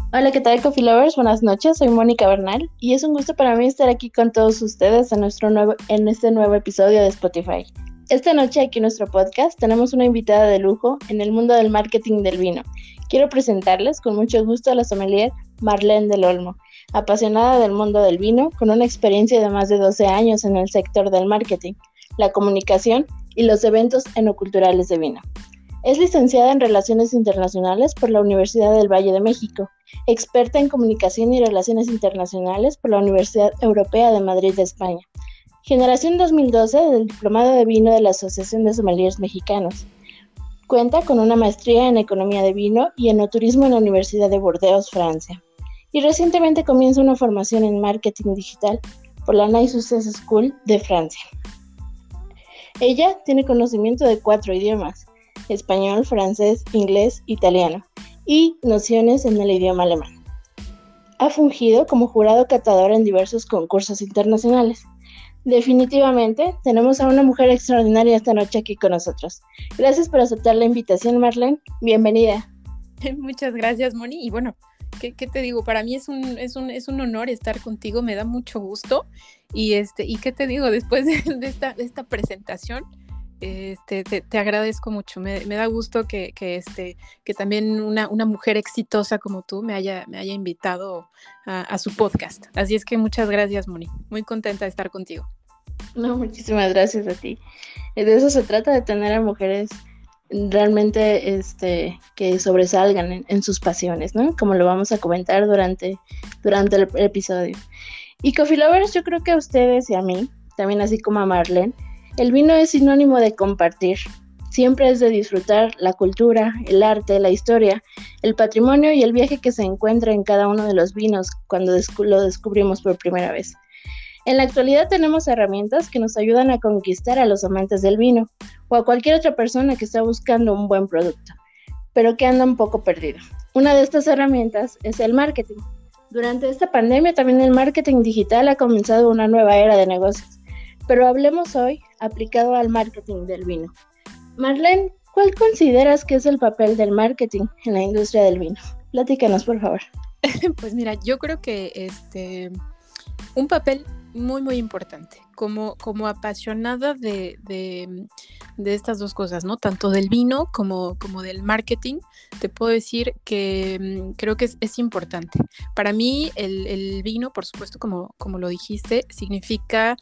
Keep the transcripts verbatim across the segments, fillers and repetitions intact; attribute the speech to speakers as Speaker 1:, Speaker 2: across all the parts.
Speaker 1: Hola, ¿qué tal, Coffee Lovers? Buenas noches, soy Mónica Bernal y es un gusto para mí estar aquí con todos ustedes en, nuestro nuevo, en este nuevo episodio de Spotify. Esta noche aquí en nuestro podcast tenemos una invitada de lujo en el mundo del marketing del vino. Quiero presentarles con mucho gusto a la sommelier Marlene del Olmo, apasionada del mundo del vino, con una experiencia de más de doce años en el sector del marketing, la comunicación y los eventos enoculturales de vino. Es licenciada en Relaciones Internacionales por la Universidad del Valle de México, experta en Comunicación y Relaciones Internacionales por la Universidad Europea de Madrid de España. Generación dos mil doce del Diplomado de Vino de la Asociación de Sommeliers Mexicanos. Cuenta con una maestría en Economía de Vino y Enoturismo en la Universidad de Burdeos, Francia. Y recientemente comienza una formación en Marketing Digital por la Nice Success School de Francia. Ella tiene conocimiento de cuatro idiomas: español, francés, inglés, italiano, y nociones en el idioma alemán. Ha fungido como jurado catador en diversos concursos internacionales. Definitivamente, tenemos a una mujer extraordinaria esta noche aquí con nosotros. Gracias por aceptar la invitación, Marlene. Bienvenida.
Speaker 2: Muchas gracias, Moni. Y bueno, ¿qué, qué te digo? Para mí es un, es, un, es un honor estar contigo, me da mucho gusto. Y, este, ¿y qué te digo? Después de, de, esta, de esta presentación, Este, te, te agradezco mucho, me, me da gusto que, que, este, que también una, una mujer exitosa como tú me haya, me haya invitado a, a su podcast. Así es que muchas gracias, Moni. Muy contenta de estar contigo.
Speaker 1: No, muchísimas gracias a ti. De eso se trata, de tener a mujeres realmente este, que sobresalgan en, en sus pasiones, ¿no? Como lo vamos a comentar durante, durante el episodio. Y Coffee Lovers, yo creo que a ustedes y a mí, también así como a Marlene, el vino es sinónimo de compartir. Siempre es de disfrutar la cultura, el arte, la historia, el patrimonio y el viaje que se encuentra en cada uno de los vinos cuando descu- lo descubrimos por primera vez. En la actualidad tenemos herramientas que nos ayudan a conquistar a los amantes del vino o a cualquier otra persona que está buscando un buen producto, pero que anda un poco perdido. Una de estas herramientas es el marketing. Durante esta pandemia también el marketing digital ha comenzado una nueva era de negocios, pero hablemos hoy aplicado al marketing del vino. Marlene, ¿cuál consideras que es el papel del marketing en la industria del vino? Platícanos, por favor.
Speaker 2: Pues mira, yo creo que este, un papel muy, muy importante, como, como apasionada de, de, de estas dos cosas, ¿no? Tanto del vino como, como del marketing, te puedo decir que um, creo que es, es importante. Para mí el, el vino, por supuesto, como, como lo dijiste, significa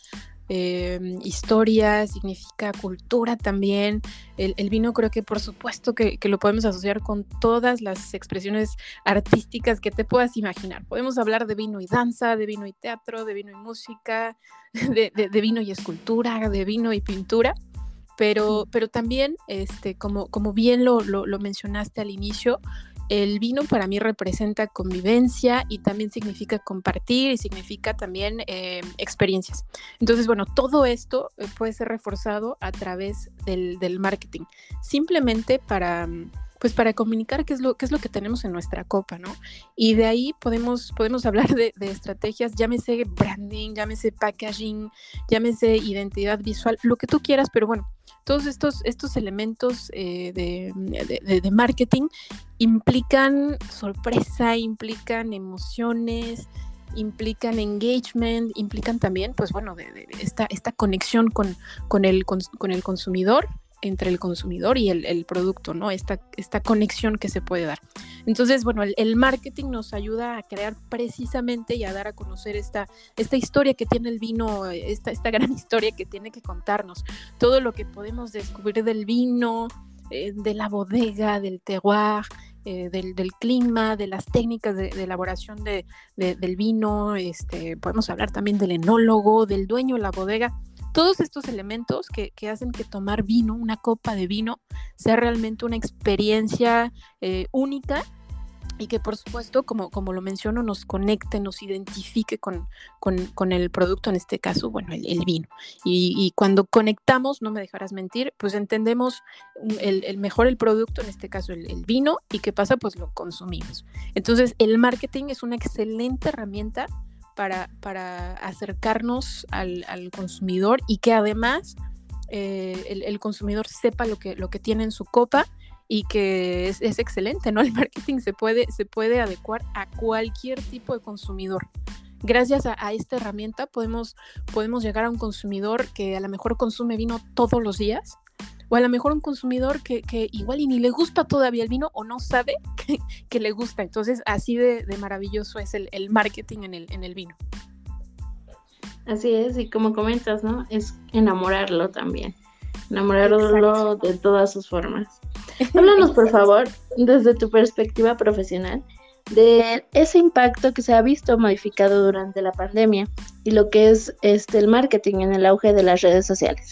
Speaker 2: Eh, historia, significa cultura también. El, el vino creo que por supuesto que, que lo podemos asociar con todas las expresiones artísticas que te puedas imaginar. Podemos hablar de vino y danza, de vino y teatro, de vino y música, de, de, de vino y escultura, de vino y pintura. Pero, pero también, este, como, como bien lo, lo, lo mencionaste al inicio, el vino para mí representa convivencia y también significa compartir y significa también eh, experiencias. Entonces, bueno, todo esto puede ser reforzado a través del, del marketing, simplemente para, pues para comunicar qué es lo, qué es lo que tenemos en nuestra copa, ¿no? Y de ahí podemos, podemos hablar de, de estrategias, llámese branding, llámese packaging, llámese identidad visual, lo que tú quieras, pero bueno, todos estos, estos elementos eh, de, de, de marketing implican sorpresa, implican emociones, implican engagement, implican también, pues bueno, de, de esta, esta conexión con, con, el, con, con el consumidor, entre el consumidor y el, el producto, ¿no? Esta, esta conexión que se puede dar. Entonces, bueno, el, el marketing nos ayuda a crear precisamente y a dar a conocer esta, esta historia que tiene el vino, esta, esta gran historia que tiene que contarnos. Todo lo que podemos descubrir del vino, eh, de la bodega, del terroir, eh, del, del clima, de las técnicas de, de elaboración de, de, del vino, este, podemos hablar también del enólogo, del dueño de la bodega. Todos estos elementos que, que hacen que tomar vino, una copa de vino, sea realmente una experiencia eh, única y que por supuesto, como, como lo menciono, nos conecte, nos identifique con, con, con el producto, en este caso, bueno, el, el vino. Y, y cuando conectamos, no me dejarás mentir, pues entendemos el, el mejor el producto, en este caso el, el vino, y qué pasa, pues lo consumimos. Entonces, el marketing es una excelente herramienta para, para acercarnos al, al consumidor y que además eh, el, el consumidor sepa lo que, lo que tiene en su copa y que es, es excelente, ¿no? El marketing se puede, se puede adecuar a cualquier tipo de consumidor. Gracias a, a esta herramienta podemos, podemos llegar a un consumidor que a lo mejor consume vino todos los días, o a lo mejor un consumidor que, que igual y ni le gusta todavía el vino o no sabe que, que le gusta. Entonces, así de, de maravilloso es el, el marketing en el, en el vino.
Speaker 1: Así es, y como comentas, ¿no? Es enamorarlo también, enamorarlo
Speaker 2: Exacto.
Speaker 1: de todas sus formas. Háblanos, por favor, desde tu perspectiva profesional, de ese impacto que se ha visto modificado durante la pandemia y lo que es este el marketing en el auge de las redes sociales.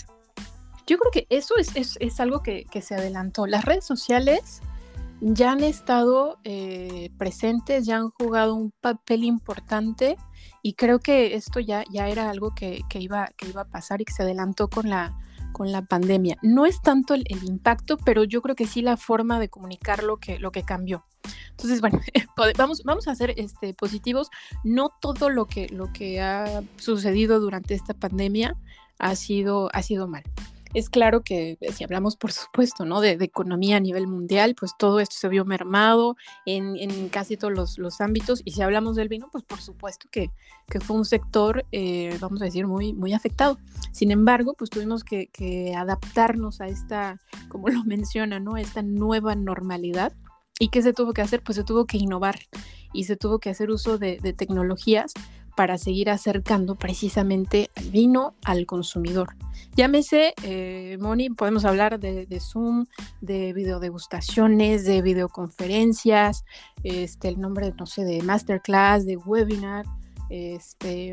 Speaker 2: Yo creo que eso es, es, es algo que, que se adelantó. Las redes sociales ya han estado eh, presentes, ya han jugado un papel importante y creo que esto ya, ya era algo que, que, iba, que iba a pasar y que se adelantó con la, con la pandemia. No es tanto el, el impacto, pero yo creo que sí la forma de comunicar lo que, lo que cambió. Entonces, bueno, vamos, vamos a ser este, positivos. No todo lo que, lo que ha sucedido durante esta pandemia ha sido, ha sido mal. Es claro que si hablamos, por supuesto, ¿no? de, de economía a nivel mundial, pues todo esto se vio mermado en, en casi todos los, los ámbitos. Y si hablamos del vino, pues por supuesto que, que fue un sector, eh, vamos a decir, muy, muy afectado. Sin embargo, pues tuvimos que, que adaptarnos a esta, como lo menciona, ¿no? Esta nueva normalidad. ¿Y qué se tuvo que hacer? Pues se tuvo que innovar y se tuvo que hacer uso de, de tecnologías para seguir acercando precisamente el vino al consumidor. Llámese, eh, Moni, podemos hablar de, de Zoom, de videodegustaciones, de videoconferencias, este, el nombre, no sé, de masterclass, de webinar, este,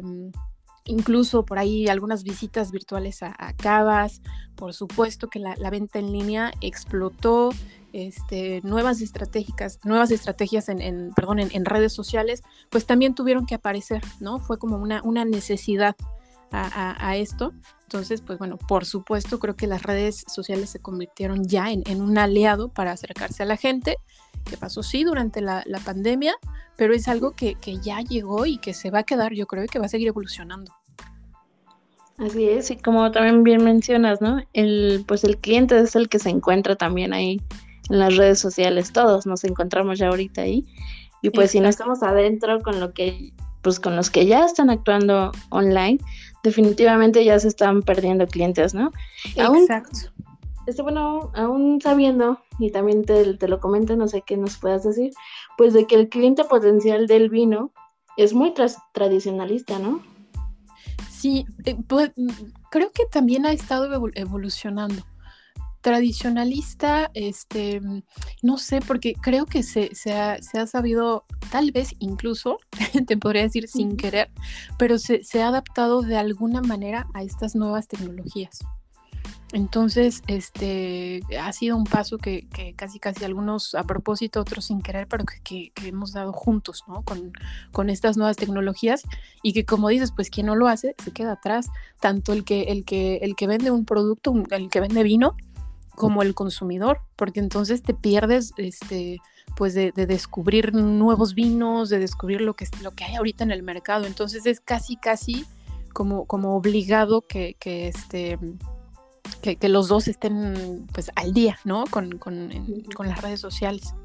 Speaker 2: incluso por ahí algunas visitas virtuales a, a cavas. Por supuesto que la, la venta en línea explotó. Este, nuevas estratégicas, nuevas estrategias en, en, perdón, en, en redes sociales, pues también tuvieron que aparecer, ¿no? Fue como una, una necesidad a, a, a esto. Entonces, pues bueno, por supuesto, creo que las redes sociales se convirtieron ya en, en un aliado para acercarse a la gente, que pasó sí durante la, la pandemia, pero es algo que, que ya llegó y que se va a quedar, yo creo, y que va a seguir evolucionando.
Speaker 1: Así es, y como también bien mencionas, ¿no? El, pues el cliente es el que se encuentra también ahí en las redes sociales, todos nos encontramos ya ahorita ahí, y pues Exacto. Si no estamos adentro con lo que, pues con los que ya están actuando online, definitivamente ya se están perdiendo clientes, ¿no?
Speaker 2: Exacto.
Speaker 1: Aún, este, bueno, aún sabiendo, y también te, te lo comento, no sé qué nos puedas decir, pues de que el cliente potencial del vino es muy tra- tradicionalista, ¿no?
Speaker 2: Sí, eh, pues creo que también ha estado evol- evolucionando. Tradicionalista, este, no sé, porque creo que se, se, ha, se ha sabido, tal vez incluso, te podría decir sin querer, pero se, se ha adaptado de alguna manera a estas nuevas tecnologías. Entonces, este, ha sido un paso que, que casi casi algunos a propósito, otros sin querer, pero que, que, que hemos dado juntos, ¿no? Con, con estas nuevas tecnologías y que, como dices, pues quien no lo hace se queda atrás, tanto el que, el que, el que vende un producto, el que vende vino, como el consumidor, porque entonces te pierdes este, pues de, de descubrir nuevos vinos, de descubrir lo que, lo que hay ahorita en el mercado. Entonces es casi, casi como, como obligado que, que, este, que, que los dos estén pues al día, ¿no? Con, con, en, con las redes sociales.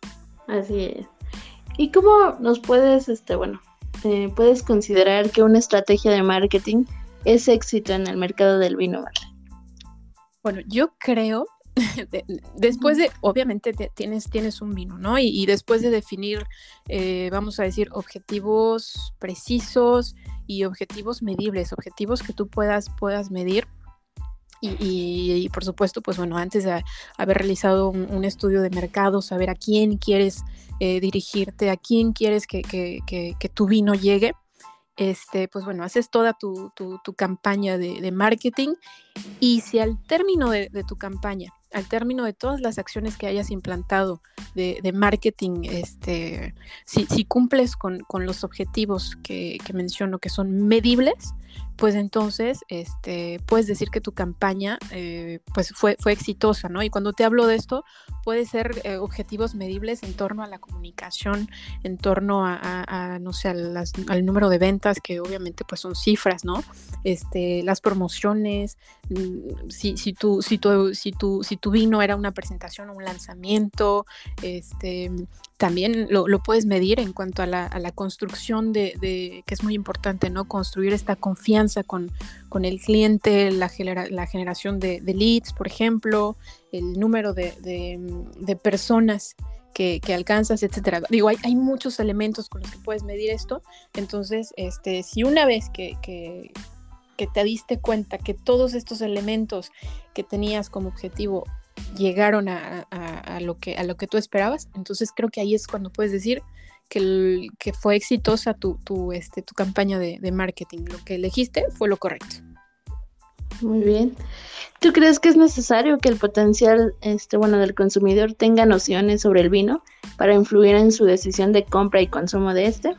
Speaker 1: Así es. ¿Y cómo nos puedes, este, bueno, eh, puedes considerar que una estrategia de marketing es éxito en el mercado del vino, Marlene?
Speaker 2: Bueno, yo creo, de, después de, obviamente te, tienes, tienes un vino, ¿no? Y, y después de definir, eh, vamos a decir, objetivos precisos y objetivos medibles, objetivos que tú puedas, puedas medir. Y, y, y por supuesto, pues bueno, antes de haber realizado un, un estudio de mercado, saber a quién quieres eh, dirigirte, a quién quieres que, que, que, que tu vino llegue. Este, pues bueno, haces toda tu, tu, tu campaña de, de marketing y si al término de, de tu campaña, al término de todas las acciones que hayas implantado de, de marketing, este, si, si cumples con, con los objetivos que, que menciono, que son medibles, pues entonces este, puedes decir que tu campaña eh, pues fue, fue exitosa, ¿no? Y cuando te hablo de esto, puede ser eh, objetivos medibles en torno a la comunicación, en torno a, a, a no sé, a las, al número de ventas, que obviamente pues son cifras, ¿no? Este, las promociones, si, si, tu, si, tu, si, tu, si tu vino era una presentación o un lanzamiento, este, también lo, lo puedes medir en cuanto a la, a la construcción de, de, que es muy importante, ¿no? Construir esta confianza con, con el cliente, la, genera, la generación de, de leads, por ejemplo, el número de, de, de personas que, que alcanzas, etcétera. Digo, hay, hay muchos elementos con los que puedes medir esto. Entonces, este, si una vez que, que, que te diste cuenta que todos estos elementos que tenías como objetivo llegaron a, a, a, lo que, a lo que tú esperabas, entonces creo que ahí es cuando puedes decir que, el, que fue exitosa tu, tu, este, tu campaña de, de marketing. Lo que elegiste fue lo correcto.
Speaker 1: Muy bien. ¿Tú crees que es necesario que el potencial este, bueno, del consumidor tenga nociones sobre el vino para influir en su decisión de compra y consumo de este?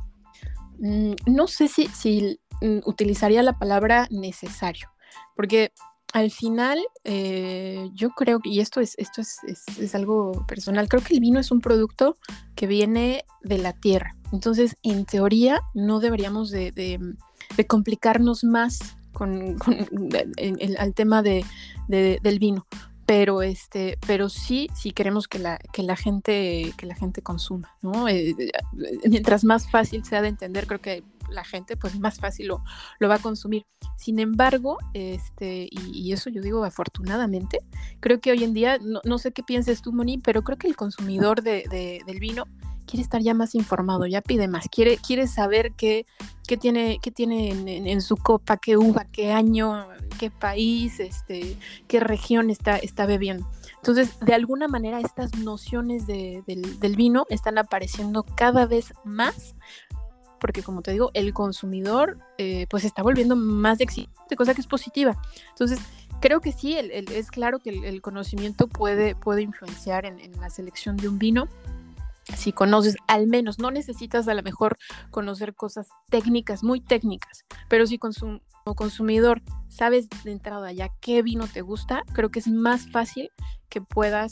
Speaker 2: Mm, no sé si, si mm, utilizaría la palabra necesario, porque al final, eh, yo creo que, y esto es, esto es, es, es algo personal, creo que el vino es un producto que viene de la tierra. Entonces, en teoría, no deberíamos de, de, de complicarnos más con, con en, en, al tema de, de, del vino. Pero este, pero sí, sí queremos que la, que la gente, que la gente consuma, ¿no? Eh, mientras más fácil sea de entender, creo que la gente, pues más fácil lo, lo va a consumir. Sin embargo, este, y, y eso yo digo afortunadamente, creo que hoy en día, no, no sé qué pienses tú, Moni, pero creo que el consumidor de, de, del vino quiere estar ya más informado, ya pide más, quiere, quiere saber qué, qué tiene, qué tiene en, en, en su copa, qué uva, qué año, qué país, este, qué región está, está bebiendo. Entonces, de alguna manera, estas nociones de, del, del vino están apareciendo cada vez más, porque como te digo, el consumidor eh, pues se está volviendo más exigente, cosa que es positiva. Entonces, creo que sí, el, el, es claro que el, el conocimiento puede, puede influenciar en, en la selección de un vino. Si conoces, al menos, no necesitas a lo mejor conocer cosas técnicas, muy técnicas, pero si consum- como consumidor sabes de entrada ya qué vino te gusta, creo que es más fácil que puedas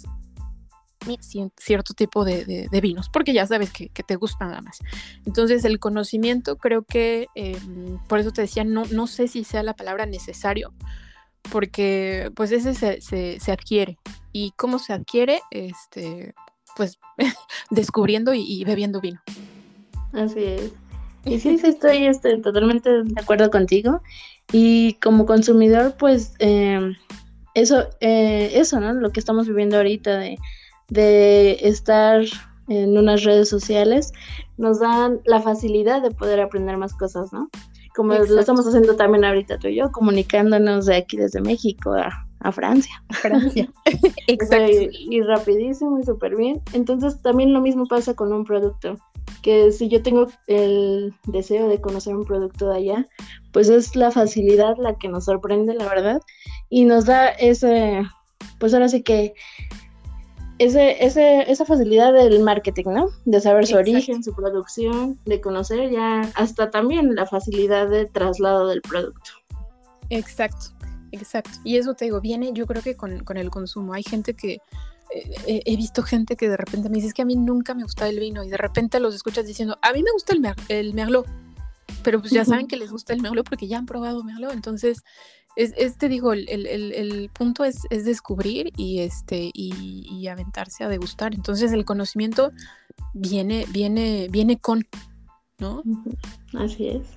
Speaker 2: cierto tipo de, de, de vinos, porque ya sabes que, que te gustan nada más. Entonces el conocimiento creo que, eh, por eso te decía, no, no sé si sea la palabra necesario, porque pues ese se, se, se adquiere. ¿Y cómo se adquiere? Este, pues descubriendo y, y bebiendo vino.
Speaker 1: Así es. Y sí, sí estoy este, totalmente de acuerdo contigo. Y como consumidor, pues eh, eso, eh, eso, ¿no? Lo que estamos viviendo ahorita de de estar en unas redes sociales, nos dan la facilidad de poder aprender más cosas, ¿no? Como Exacto. Lo estamos haciendo también ahorita tú y yo, comunicándonos de aquí desde México a, a Francia.
Speaker 2: A Francia. Exacto.
Speaker 1: Y, y rapidísimo y súper bien. Entonces también lo mismo pasa con un producto, que si yo tengo el deseo de conocer un producto de allá, pues es la facilidad la que nos sorprende, la verdad, y nos da ese, pues ahora sí que Ese, ese, esa facilidad del marketing, ¿no? De saber su Exacto. origen, su producción, de conocer ya hasta también la facilidad de traslado del producto.
Speaker 2: Exacto, exacto. Y eso te digo, viene yo creo que con, con el consumo. Hay gente que, eh, he visto gente que de repente me dice, es que a mí nunca me gusta el vino, y de repente los escuchas diciendo, a mí me gusta el, mer- el Merlot, pero pues ya saben que les gusta el Merlot porque ya han probado Merlot. Entonces, es, es te digo, el, el, el punto es, es descubrir y, este, y, y aventarse a degustar. Entonces, el conocimiento viene, viene, viene con, ¿no?
Speaker 1: Así es.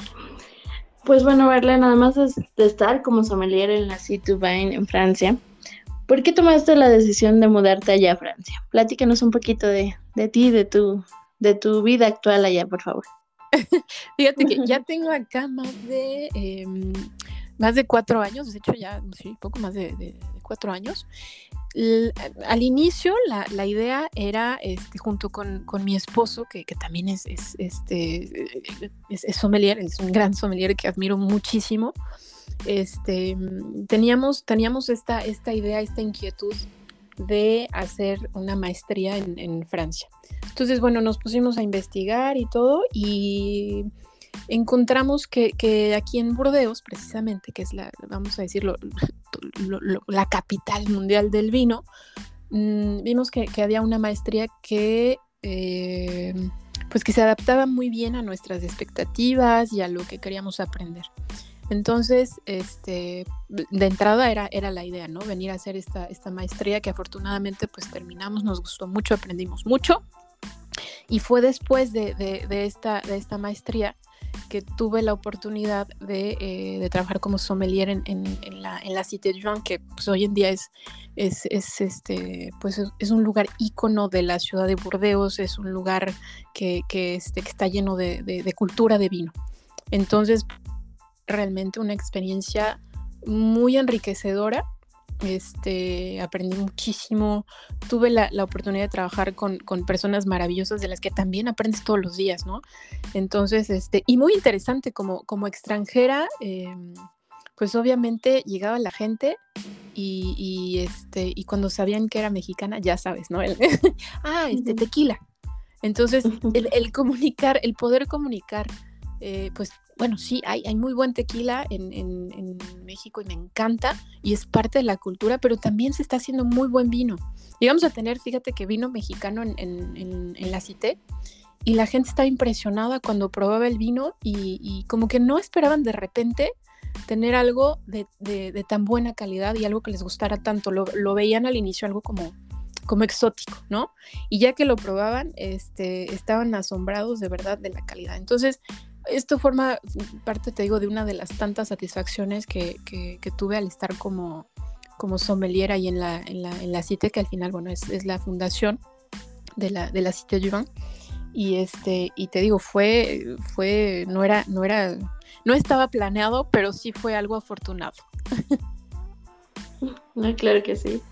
Speaker 1: Pues bueno, Verle, nada más de, de estar como sommelier en la C dos Vine en Francia, ¿por qué tomaste la decisión de mudarte allá a Francia? Platícanos un poquito de, de ti, de tu, de tu vida actual allá, por favor.
Speaker 2: Fíjate que ya tengo acá más de eh, más de cuatro años, de hecho ya, sí, poco más de, de, de cuatro años. L- al inicio la, la idea era, este, junto con, con mi esposo, que, que también es, es, este, es, es sommelier, es un gran sommelier que admiro muchísimo, este, teníamos, teníamos esta, esta idea, esta inquietud de hacer una maestría en, en Francia. Entonces, bueno, nos pusimos a investigar y todo, y encontramos que, que aquí en Burdeos, precisamente, que es la, vamos a decirlo, lo, lo, la capital mundial del vino, mmm, vimos que, que había una maestría que, eh, pues que se adaptaba muy bien a nuestras expectativas y a lo que queríamos aprender. Entonces, este, de entrada era, era la idea, ¿no? Venir a hacer esta, esta maestría que afortunadamente pues terminamos, nos gustó mucho, aprendimos mucho. Y fue después de, de, de, esta, de esta maestría que tuve la oportunidad de, eh, de trabajar como sommelier en, en, en, la, en la Cité du Vin, que pues, hoy en día es, es, es, este, pues, es, es un lugar ícono de la ciudad de Burdeos, es un lugar que, que, este, que está lleno de, de, de cultura de vino. Entonces, realmente una experiencia muy enriquecedora. Este, aprendí muchísimo, tuve la, la oportunidad de trabajar con, con personas maravillosas de las que también aprendes todos los días, ¿no? Entonces, este, y muy interesante como, como extranjera, eh, pues obviamente llegaba la gente y, y, este, y cuando sabían que era mexicana, ya sabes, ¿no? El, ah, este, tequila. Entonces, el, el comunicar, el poder comunicar, eh, pues bueno, sí, hay, hay muy buen tequila en, en, en México y me encanta y es parte de la cultura, pero también se está haciendo muy buen vino. Llegamos a tener, fíjate que vino mexicano en, en, en, en la Cité y la gente estaba impresionada cuando probaba el vino y, y como que no esperaban de repente tener algo de, de, de tan buena calidad y algo que les gustara tanto. Lo, lo veían al inicio algo como, como exótico, ¿no? Y ya que lo probaban, este, estaban asombrados de verdad de la calidad. Entonces, esto forma parte, te digo, de una de las tantas satisfacciones que, que, que tuve al estar como, como sommelier ahí en la, en la, en la Cité, que al final, bueno, es, es la fundación de la, de la Cité du Vin. Y este, y te digo, fue, fue, no era, no era, no estaba planeado, pero sí fue algo afortunado.
Speaker 1: No, claro que sí.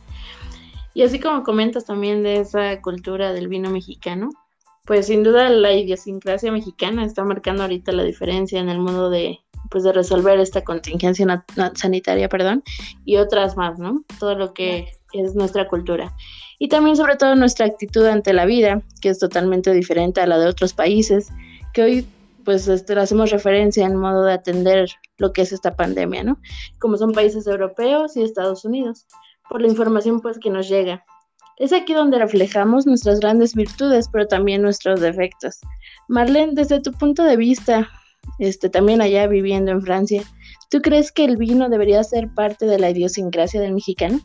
Speaker 1: Y así como comentas también de esa cultura del vino mexicano, pues sin duda la idiosincrasia mexicana está marcando ahorita la diferencia en el modo de, pues de resolver esta contingencia nat- nat- sanitaria, perdón, y otras más, ¿no? Todo lo que es nuestra cultura. Y también sobre todo nuestra actitud ante la vida, que es totalmente diferente a la de otros países, que hoy pues este, hacemos referencia en modo de atender lo que es esta pandemia, ¿no? Como son países europeos y Estados Unidos, por la información pues que nos llega. Es aquí donde reflejamos nuestras grandes virtudes, pero también nuestros defectos. Marlene, desde tu punto de vista, este, también allá viviendo en Francia, ¿tú crees que el vino debería ser parte de la idiosincrasia del mexicano?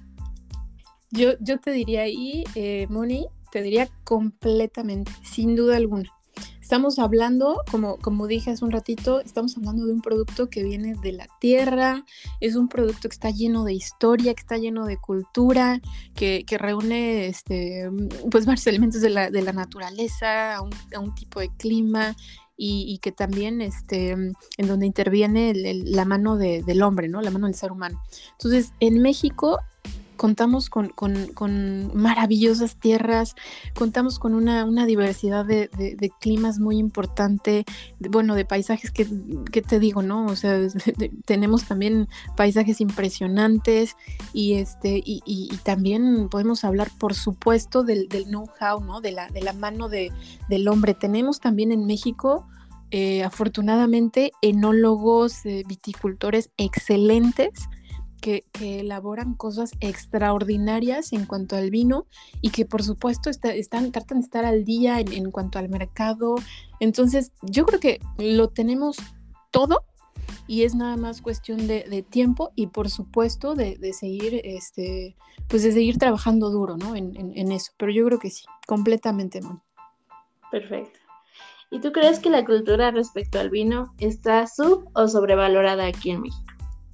Speaker 2: Yo, yo te diría ahí, eh, Moni, te diría completamente, sin duda alguna. Estamos hablando, como, como dije hace un ratito, estamos hablando de un producto que viene de la tierra, es un producto que está lleno de historia, que está lleno de cultura, que, que reúne este, pues varios elementos de la, de la naturaleza, a un, a un tipo de clima y, y que también este, en donde interviene el, el, la mano de, del hombre, ¿no? La mano del ser humano. Entonces, en México contamos con, con, con maravillosas tierras, contamos con una, una diversidad de, de, de climas muy importante, de, bueno, de paisajes que, que te digo, ¿no? O sea, de, de, tenemos también paisajes impresionantes y, este, y, y, y también podemos hablar, por supuesto, del, del know-how, ¿no? De la, de la mano de, del hombre. Tenemos también en México, eh, afortunadamente, enólogos, eh, viticultores excelentes, Que, que elaboran cosas extraordinarias en cuanto al vino y que por supuesto está, están, tratan de estar al día en, en cuanto al mercado. Entonces yo creo que lo tenemos todo y es nada más cuestión de, de tiempo y por supuesto de, de seguir este, pues de seguir trabajando duro, ¿no? en, en, en eso, pero yo creo que sí, completamente, Moni.
Speaker 1: Perfecto. ¿Y tú crees que la cultura respecto al vino está sub o sobrevalorada aquí en México?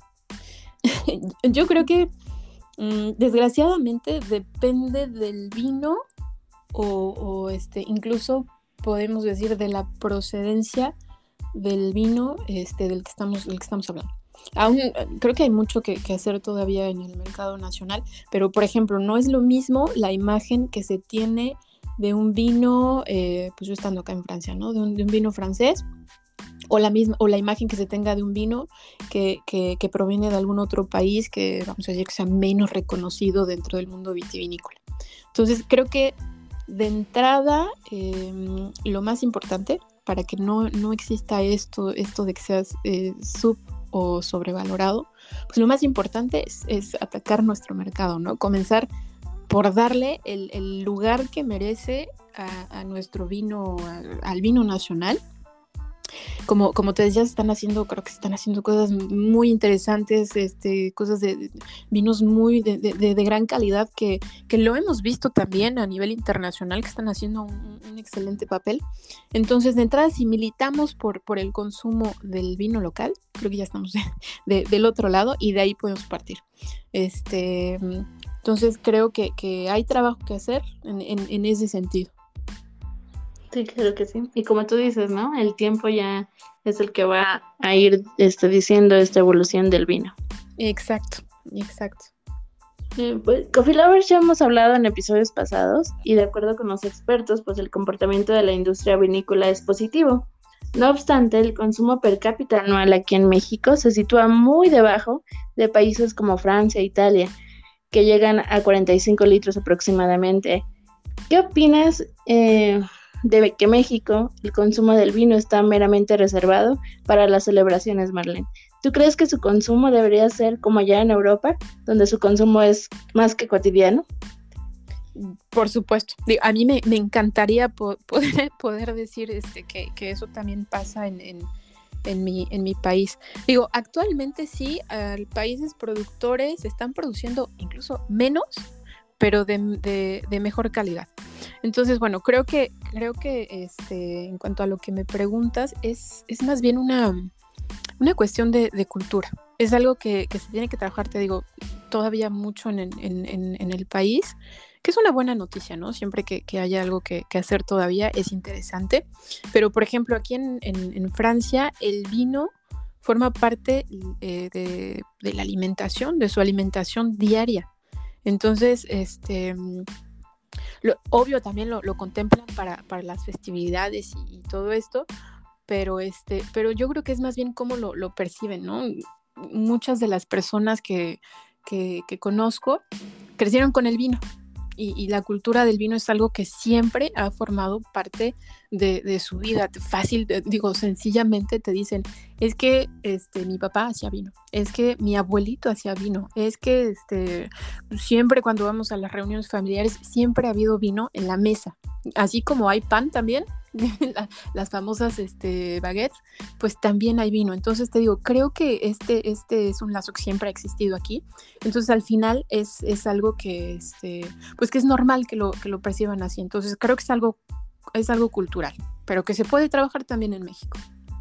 Speaker 2: Yo creo que mmm, desgraciadamente depende del vino o, o este, incluso podemos decir de la procedencia del vino este, del, que estamos, del que estamos hablando. Aún creo que hay mucho que, que hacer todavía en el mercado nacional, pero por ejemplo no es lo mismo la imagen que se tiene de un vino, eh, pues yo estando acá en Francia, ¿no? De un, de un vino francés. O la, misma, o la imagen que se tenga de un vino que, que, que proviene de algún otro país que, vamos a decir, que sea menos reconocido dentro del mundo vitivinícola. Entonces, creo que de entrada, eh, lo más importante para que no, no exista esto, esto de que seas eh, sub o sobrevalorado, pues lo más importante es, es atacar nuestro mercado, ¿no? Comenzar por darle el, el lugar que merece a, a nuestro vino, a, al vino nacional. Como, como te decía, están haciendo, creo que están haciendo cosas muy interesantes, este, cosas de, de vinos muy de, de, de gran calidad que, que lo hemos visto también a nivel internacional, que están haciendo un, un excelente papel. Entonces, de entrada, si militamos por, por el consumo del vino local, creo que ya estamos de, de, del otro lado y de ahí podemos partir. Este, entonces, creo que, que hay trabajo que hacer en, en, en ese sentido.
Speaker 1: Sí, claro que sí. Y como tú dices, ¿no? El tiempo ya es el que va a ir este, diciendo esta evolución del vino.
Speaker 2: Exacto, exacto.
Speaker 1: Eh, pues, Coffee Lovers ya hemos hablado en episodios pasados y de acuerdo con los expertos, pues el comportamiento de la industria vinícola es positivo. No obstante, el consumo per cápita anual aquí en México se sitúa muy debajo de países como Francia e Italia, que llegan a cuarenta y cinco litros aproximadamente. ¿Qué opinas eh, de que México, el consumo del vino está meramente reservado para las celebraciones, Marlene? ¿Tú crees que su consumo debería ser como allá en Europa, donde su consumo es más que cotidiano?
Speaker 2: Por supuesto. A mí me, me encantaría po- poder, poder decir este, que, que eso también pasa en, en, en, mi, en mi país. Digo, actualmente sí, uh, países productores están produciendo incluso menos, pero de, de, de mejor calidad. Entonces, bueno, creo que, creo que este, en cuanto a lo que me preguntas, es, es más bien una, una cuestión de, de cultura. Es algo que, que se tiene que trabajar, te digo, todavía mucho en, en, en, en el país, que es una buena noticia, ¿no? Siempre que, que haya algo que, que hacer todavía es interesante. Pero, por ejemplo, aquí en, en, en Francia, el vino forma parte eh, de, de la alimentación, de su alimentación diaria. Entonces, este, lo, obvio también lo, lo contemplan para, para las festividades y, y todo esto, pero, este, pero yo creo que es más bien cómo lo, lo perciben, ¿no? Muchas de las personas que, que, que conozco crecieron con el vino. Y, y la cultura del vino es algo que siempre ha formado parte de, de su vida. Fácil, digo, sencillamente te dicen, es que este, mi papá hacía vino, es que mi abuelito hacía vino, es que este, siempre cuando vamos a las reuniones familiares siempre ha habido vino en la mesa. Así como hay pan también, la, las famosas este, baguettes, pues también hay vino. Entonces te digo, creo que este, este es un lazo que siempre ha existido aquí. Entonces al final es, es algo que, este, pues que es normal que lo, que lo perciban así. Entonces creo que es algo, es algo cultural, pero que se puede trabajar también en México.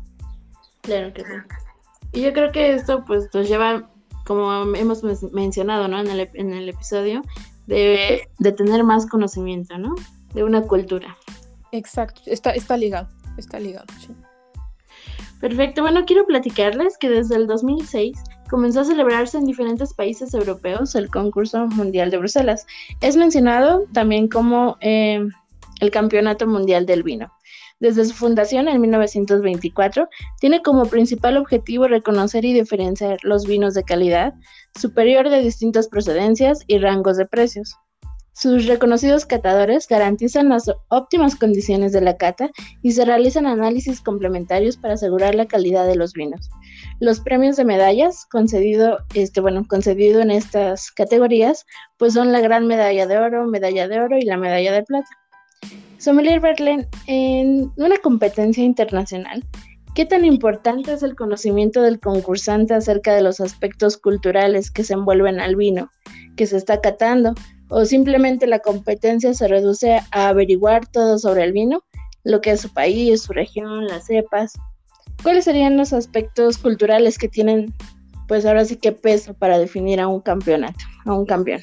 Speaker 1: Claro que sí. Y yo creo que esto pues nos lleva, como hemos mencionado, ¿no? En el, en el episodio, de, de tener más conocimiento, ¿no? De una cultura.
Speaker 2: Exacto, está, está ligado, está ligado, sí.
Speaker 1: Perfecto, bueno, quiero platicarles que desde el dos mil seis comenzó a celebrarse en diferentes países europeos el concurso mundial de Bruselas. Es mencionado también como eh, el Campeonato Mundial del Vino. Desde su fundación en mil novecientos veinticuatro, tiene como principal objetivo reconocer y diferenciar los vinos de calidad superior de distintas procedencias y rangos de precios. Sus reconocidos catadores garantizan las óptimas condiciones de la cata y se realizan análisis complementarios para asegurar la calidad de los vinos. Los premios de medallas concedido, este, bueno, concedido en estas categorías pues son la Gran Medalla de Oro, Medalla de Oro y la Medalla de Plata. Sommelier Marlene, en una competencia internacional, ¿qué tan importante es el conocimiento del concursante acerca de los aspectos culturales que se envuelven al vino que se está catando? ¿O simplemente la competencia se reduce a averiguar todo sobre el vino, lo que es su país, su región, las cepas? ¿Cuáles serían los aspectos culturales que tienen, pues ahora sí que peso para definir a un campeonato, a un campeón?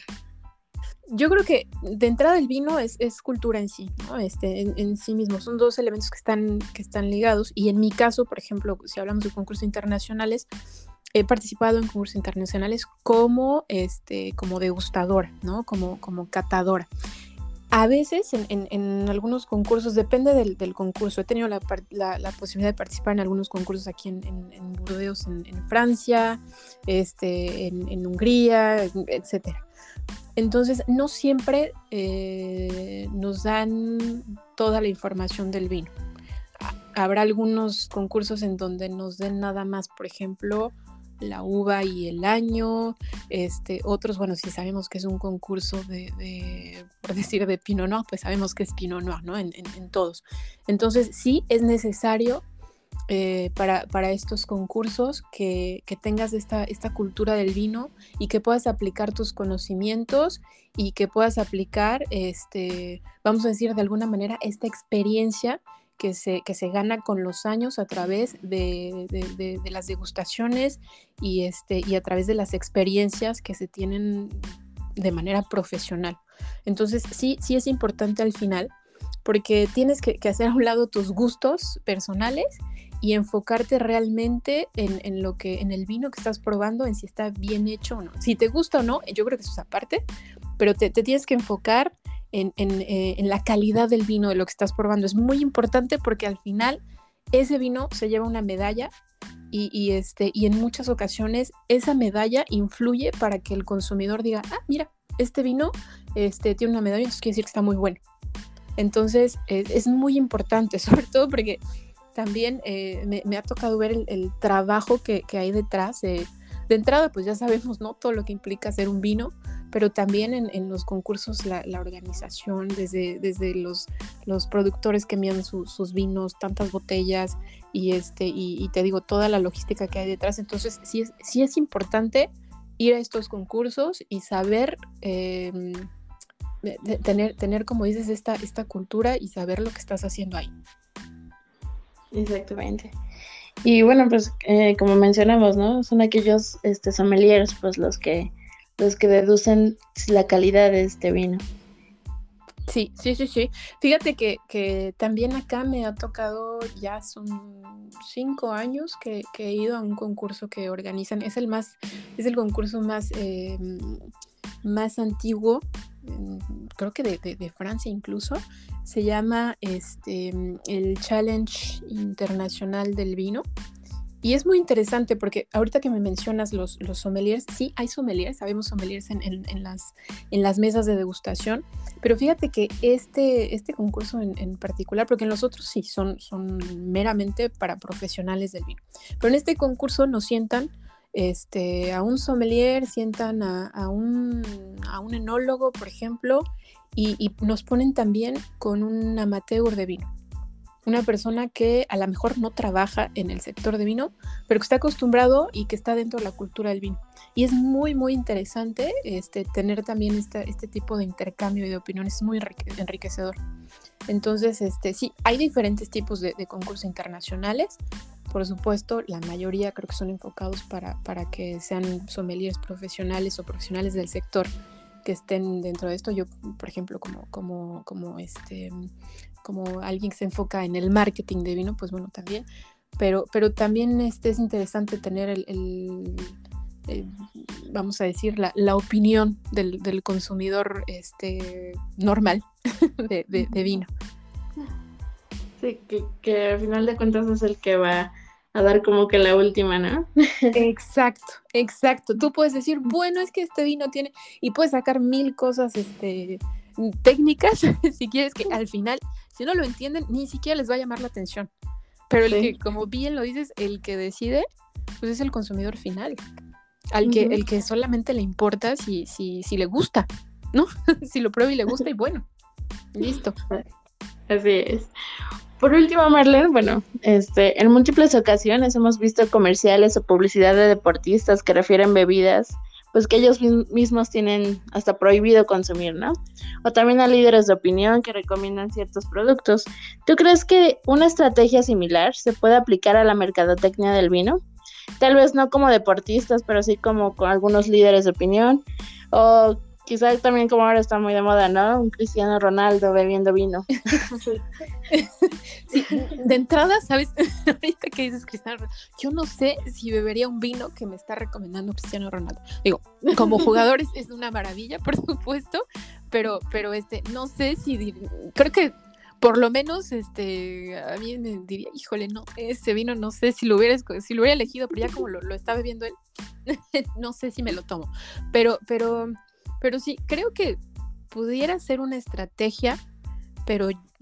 Speaker 2: Yo creo que de entrada el vino es, es cultura en sí, ¿no? Este, en, en sí mismo. Son dos elementos que están, que están ligados. Y en mi caso, por ejemplo, si hablamos de concursos internacionales, he participado en concursos internacionales como, este, como degustadora, ¿no? Como, como catadora. A veces en, en, en algunos concursos, depende del, del concurso. He tenido la, la, la posibilidad de participar en algunos concursos aquí en, en, en Burdeos, en, en Francia, este, en, en Hungría, etcétera. Entonces, no siempre eh, nos dan toda la información del vino. habrá algunos concursos en donde nos den nada más, por ejemplo, la uva y el año, este, otros, bueno, si sabemos que es un concurso de, de, por decir, de Pinot Noir, pues sabemos que es Pinot Noir, ¿no? En, en, en todos. Entonces, sí es necesario eh, para, para estos concursos que, que tengas esta, esta cultura del vino y que puedas aplicar tus conocimientos y que puedas aplicar, este, vamos a decir de alguna manera, esta experiencia que se, que se gana con los años a través de, de, de, de las degustaciones y, este, y a través de las experiencias que se tienen de manera profesional. Entonces, sí, sí es importante al final, porque tienes que, que hacer a un lado tus gustos personales y enfocarte realmente en, en, lo que, en el vino que estás probando, en si está bien hecho o no. Si te gusta o no, yo creo que eso es aparte, pero te, te tienes que enfocar En, en, eh, en la calidad del vino de lo que estás probando. Es muy importante porque al final ese vino se lleva una medalla y, y, este, y en muchas ocasiones esa medalla influye para que el consumidor diga, ah, mira, este vino este, tiene una medalla, entonces quiere decir que está muy bueno. Entonces es, es muy importante, sobre todo porque también eh, me, me ha tocado ver el, el trabajo que, que hay detrás. Eh, de entrada, pues ya sabemos, ¿no? Todo lo que implica hacer un vino, pero también en, en los concursos la, la organización, desde, desde los, los productores que envían su, sus vinos, tantas botellas y, este, y, y te digo, toda la logística que hay detrás. Entonces sí es, sí es importante ir a estos concursos y saber eh, de, tener, tener, como dices, esta, esta cultura y saber lo que estás haciendo ahí.
Speaker 1: Exactamente. Y bueno, pues eh, como mencionamos, ¿no? Son aquellos este, sommeliers, pues los que los que deducen la calidad de este vino.
Speaker 2: Sí, sí, sí, sí. Fíjate que, que también acá me ha tocado, ya son cinco años que, que he ido a un concurso que organizan. Es el más, es el concurso más, eh, más antiguo, creo que de, de, de Francia incluso. Se llama este, el Challenge Internacional del Vino. Y es muy interesante porque ahorita que me mencionas los, los sommeliers, sí hay sommeliers, sabemos sommeliers en, en, en, las, en las mesas de degustación, pero fíjate que este, este concurso en, en particular, porque en los otros sí son, son meramente para profesionales del vino, pero en este concurso nos sientan este, a un sommelier, sientan a, a, un, a un enólogo, por ejemplo, y, y nos ponen también con un amateur de vino. Una persona que a lo mejor no trabaja en el sector de vino, pero que está acostumbrado y que está dentro de la cultura del vino. Y es muy, muy interesante este, tener también esta, este tipo de intercambio y de opiniones, es muy enriquecedor. Entonces, este, sí, hay diferentes tipos de, de concursos internacionales. Por supuesto, la mayoría creo que son enfocados para, para que sean sommeliers profesionales o profesionales del sector que estén dentro de esto. Yo, por ejemplo, como, como, como este... como alguien que se enfoca en el marketing de vino, pues bueno, también, pero, pero también este, es interesante tener el, el, el vamos a decir, la, la opinión del, del consumidor este, normal de, de, de vino.
Speaker 1: Sí, que, que al final de cuentas es el que va a dar como que la última, ¿no?
Speaker 2: Exacto, exacto. Tú puedes decir, bueno, es que este vino tiene, y puedes sacar mil cosas, este... técnicas, si quieres, que al final, si no lo entienden, ni siquiera les va a llamar la atención. Pero el sí. que, como bien lo dices, el que decide, pues es el consumidor final. Al que, uh-huh. El que solamente le importa si, si, si le gusta, ¿no? Si lo prueba y le gusta, y bueno, listo.
Speaker 1: Así es. Por último, Marlene, bueno, este, en múltiples ocasiones hemos visto comerciales o publicidad de deportistas que refieren bebidas pues que ellos mismos tienen hasta prohibido consumir, ¿no? O también a líderes de opinión que recomiendan ciertos productos. ¿Tú crees que una estrategia similar se puede aplicar a la mercadotecnia del vino? Tal vez no como deportistas, pero sí como con algunos líderes de opinión, o quizás también como ahora está muy de moda, ¿no? Un Cristiano Ronaldo bebiendo vino.
Speaker 2: Sí, de entrada, ¿sabes? Ahorita que dices Cristiano Ronaldo, yo no sé si bebería un vino que me está recomendando Cristiano Ronaldo. Digo, como jugadores es una maravilla, por supuesto, pero, pero este, no sé si, creo que por lo menos, este, a mí me diría, híjole, no, ese vino no sé si lo hubiera, si lo hubiera elegido, pero ya como lo, lo está bebiendo él, no sé si me lo tomo. Pero, pero... Pero sí, creo que pudiera ser una estrategia, pero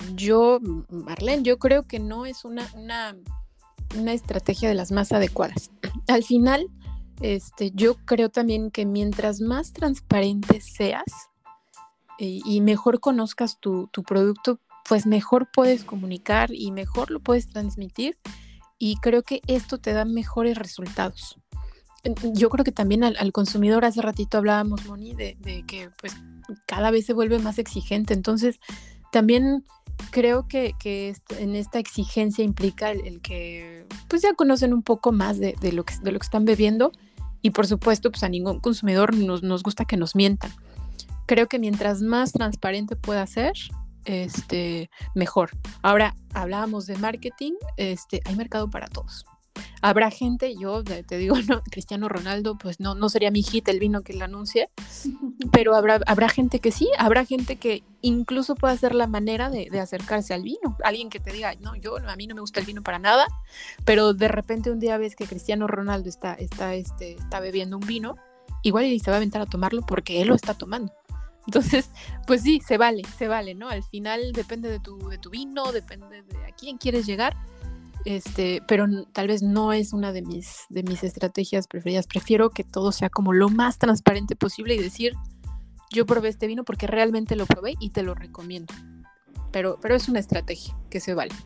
Speaker 2: yo, Marlene, yo creo que no es una, una, una estrategia de las más adecuadas. Al final, este, yo creo también que mientras más transparente seas eh, y mejor conozcas tu, tu producto, pues mejor puedes comunicar y mejor lo puedes transmitir, y creo que esto te da mejores resultados. Yo creo que también al, al consumidor, hace ratito hablábamos, Moni, de, de que pues cada vez se vuelve más exigente, entonces también creo que, que est- en esta exigencia implica el, el que pues ya conocen un poco más de, de, lo que, de lo que están bebiendo, y por supuesto pues a ningún consumidor nos, nos gusta que nos mientan. Creo que mientras más transparente pueda ser, este, mejor. Ahora, hablábamos de marketing, este, hay mercado para todos. Habrá gente, yo te digo, no, Cristiano Ronaldo, pues no, no sería mi hit el vino que le anuncie, pero habrá, habrá gente que sí, habrá gente que incluso pueda ser la manera de, de acercarse al vino. Alguien que te diga, no, yo, a mí no me gusta el vino para nada, pero de repente un día ves que Cristiano Ronaldo está, está, este, está bebiendo un vino, igual y se va a aventar a tomarlo porque él lo está tomando. Entonces, pues sí, se vale, se vale, ¿no? Al final depende de tu, de tu vino, depende de a quién quieres llegar. Este, pero n- tal vez no es una de mis, de mis estrategias preferidas. Prefiero que todo sea como lo más transparente posible y decir, yo probé este vino porque realmente lo probé y te lo recomiendo. Pero, pero es una estrategia que se vale.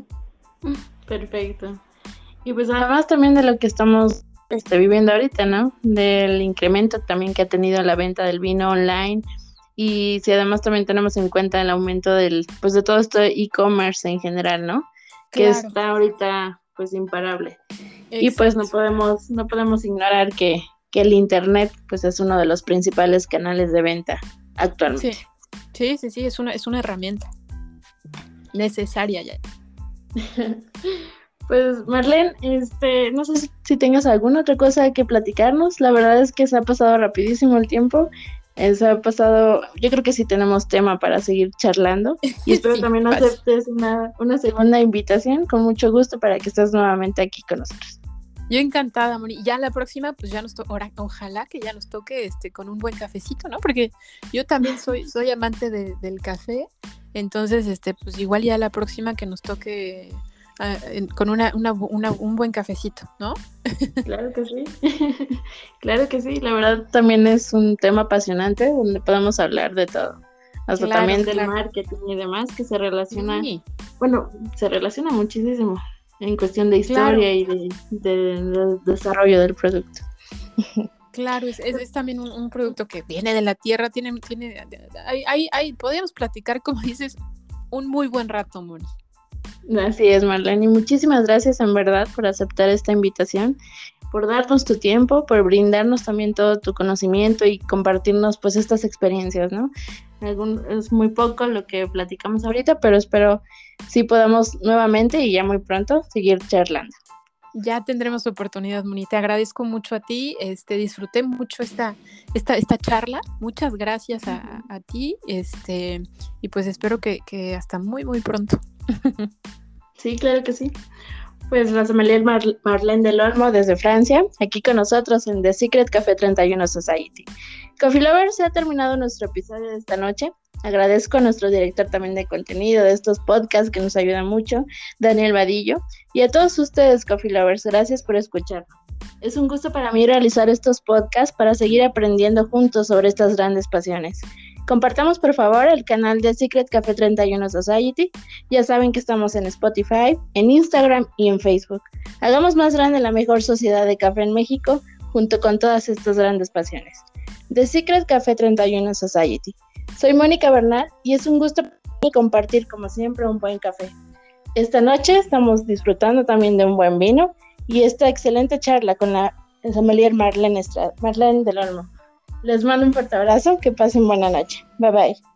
Speaker 1: Perfecto. Y pues además también de lo que estamos este, viviendo ahorita, ¿no? Del incremento también que ha tenido la venta del vino online. Y si además también tenemos en cuenta el aumento del, pues de todo esto de e-commerce en general, ¿no? Que
Speaker 2: Claro,
Speaker 1: está ahorita pues imparable. Y pues no
Speaker 2: exacto.
Speaker 1: podemos, no podemos ignorar que, que el internet pues es uno de los principales canales de venta
Speaker 2: Sí,
Speaker 1: actualmente.
Speaker 2: sí, sí, sí, es una, es una herramienta necesaria ya.
Speaker 1: Pues Marlene, este, no sé si, si tengas alguna otra cosa que platicarnos. La verdad es que se ha pasado rapidísimo el tiempo. Eh, se ha pasado, yo creo que sí tenemos tema para seguir charlando. Y espero
Speaker 2: Sí,
Speaker 1: también
Speaker 2: fácil.
Speaker 1: aceptes una, una segunda invitación con mucho gusto para que estés nuevamente aquí con nosotros.
Speaker 2: Yo encantada, Moni. Ya la próxima, pues ya nos toca, ojalá que ya nos toque este con un buen cafecito, ¿no? Porque yo también soy, soy amante de, del café. Entonces, este, pues igual ya la próxima que nos toque ah, en- con una, una, una- un buen cafecito, ¿no?
Speaker 1: Claro que sí. Claro que sí. La verdad también es un tema apasionante donde podemos hablar de todo. Hasta
Speaker 2: Claro,
Speaker 1: también del
Speaker 2: claro.
Speaker 1: marketing y demás que se relaciona,
Speaker 2: Sí,
Speaker 1: bueno, se relaciona muchísimo en cuestión de
Speaker 2: claro,
Speaker 1: historia y de, de- de desarrollo del producto.
Speaker 2: claro. Es, es, es también un, un producto que viene de la tierra, tiene, tiene, hay, hay, hay, podríamos platicar, como dices, un muy buen rato, Moni.
Speaker 1: Así es, Marlene. Y muchísimas gracias en verdad por aceptar esta invitación, por darnos tu tiempo, por brindarnos también todo tu conocimiento y compartirnos pues estas experiencias, ¿no? Algún, es muy poco lo que platicamos ahorita, pero espero sí podamos nuevamente y ya muy pronto seguir charlando.
Speaker 2: Ya tendremos oportunidad, Moni. Te agradezco mucho a ti. Este, disfruté mucho esta, esta, esta charla. Muchas gracias a, a ti. Este, y pues espero que, que hasta muy, muy pronto.
Speaker 1: Sí, claro que sí. Pues la sommelier Mar Marlene del Olmo desde Francia, aquí con nosotros en The Secret Café treinta y uno Society. Coffee Lovers, se ha terminado nuestro episodio de esta noche. Agradezco a nuestro director también de contenido de estos podcasts que nos ayuda mucho, Daniel Vadillo, y a todos ustedes, Coffee Lovers, gracias por escucharnos. Es un gusto para mí realizar estos podcasts para seguir aprendiendo juntos sobre estas grandes pasiones. Compartamos por favor el canal de Secret Café treinta y uno Society. Ya saben que estamos en Spotify, en Instagram y en Facebook. Hagamos más grande la mejor sociedad de café en México junto con todas estas grandes pasiones. The Secret Café treinta y uno Society. Soy Mónica Bernal y es un gusto compartir como siempre un buen café. Esta noche estamos disfrutando también de un buen vino y esta excelente charla con la sommelier Marlene, Estrada, Marlene del Olmo. Les mando un fuerte abrazo, que pasen buena noche. Bye bye.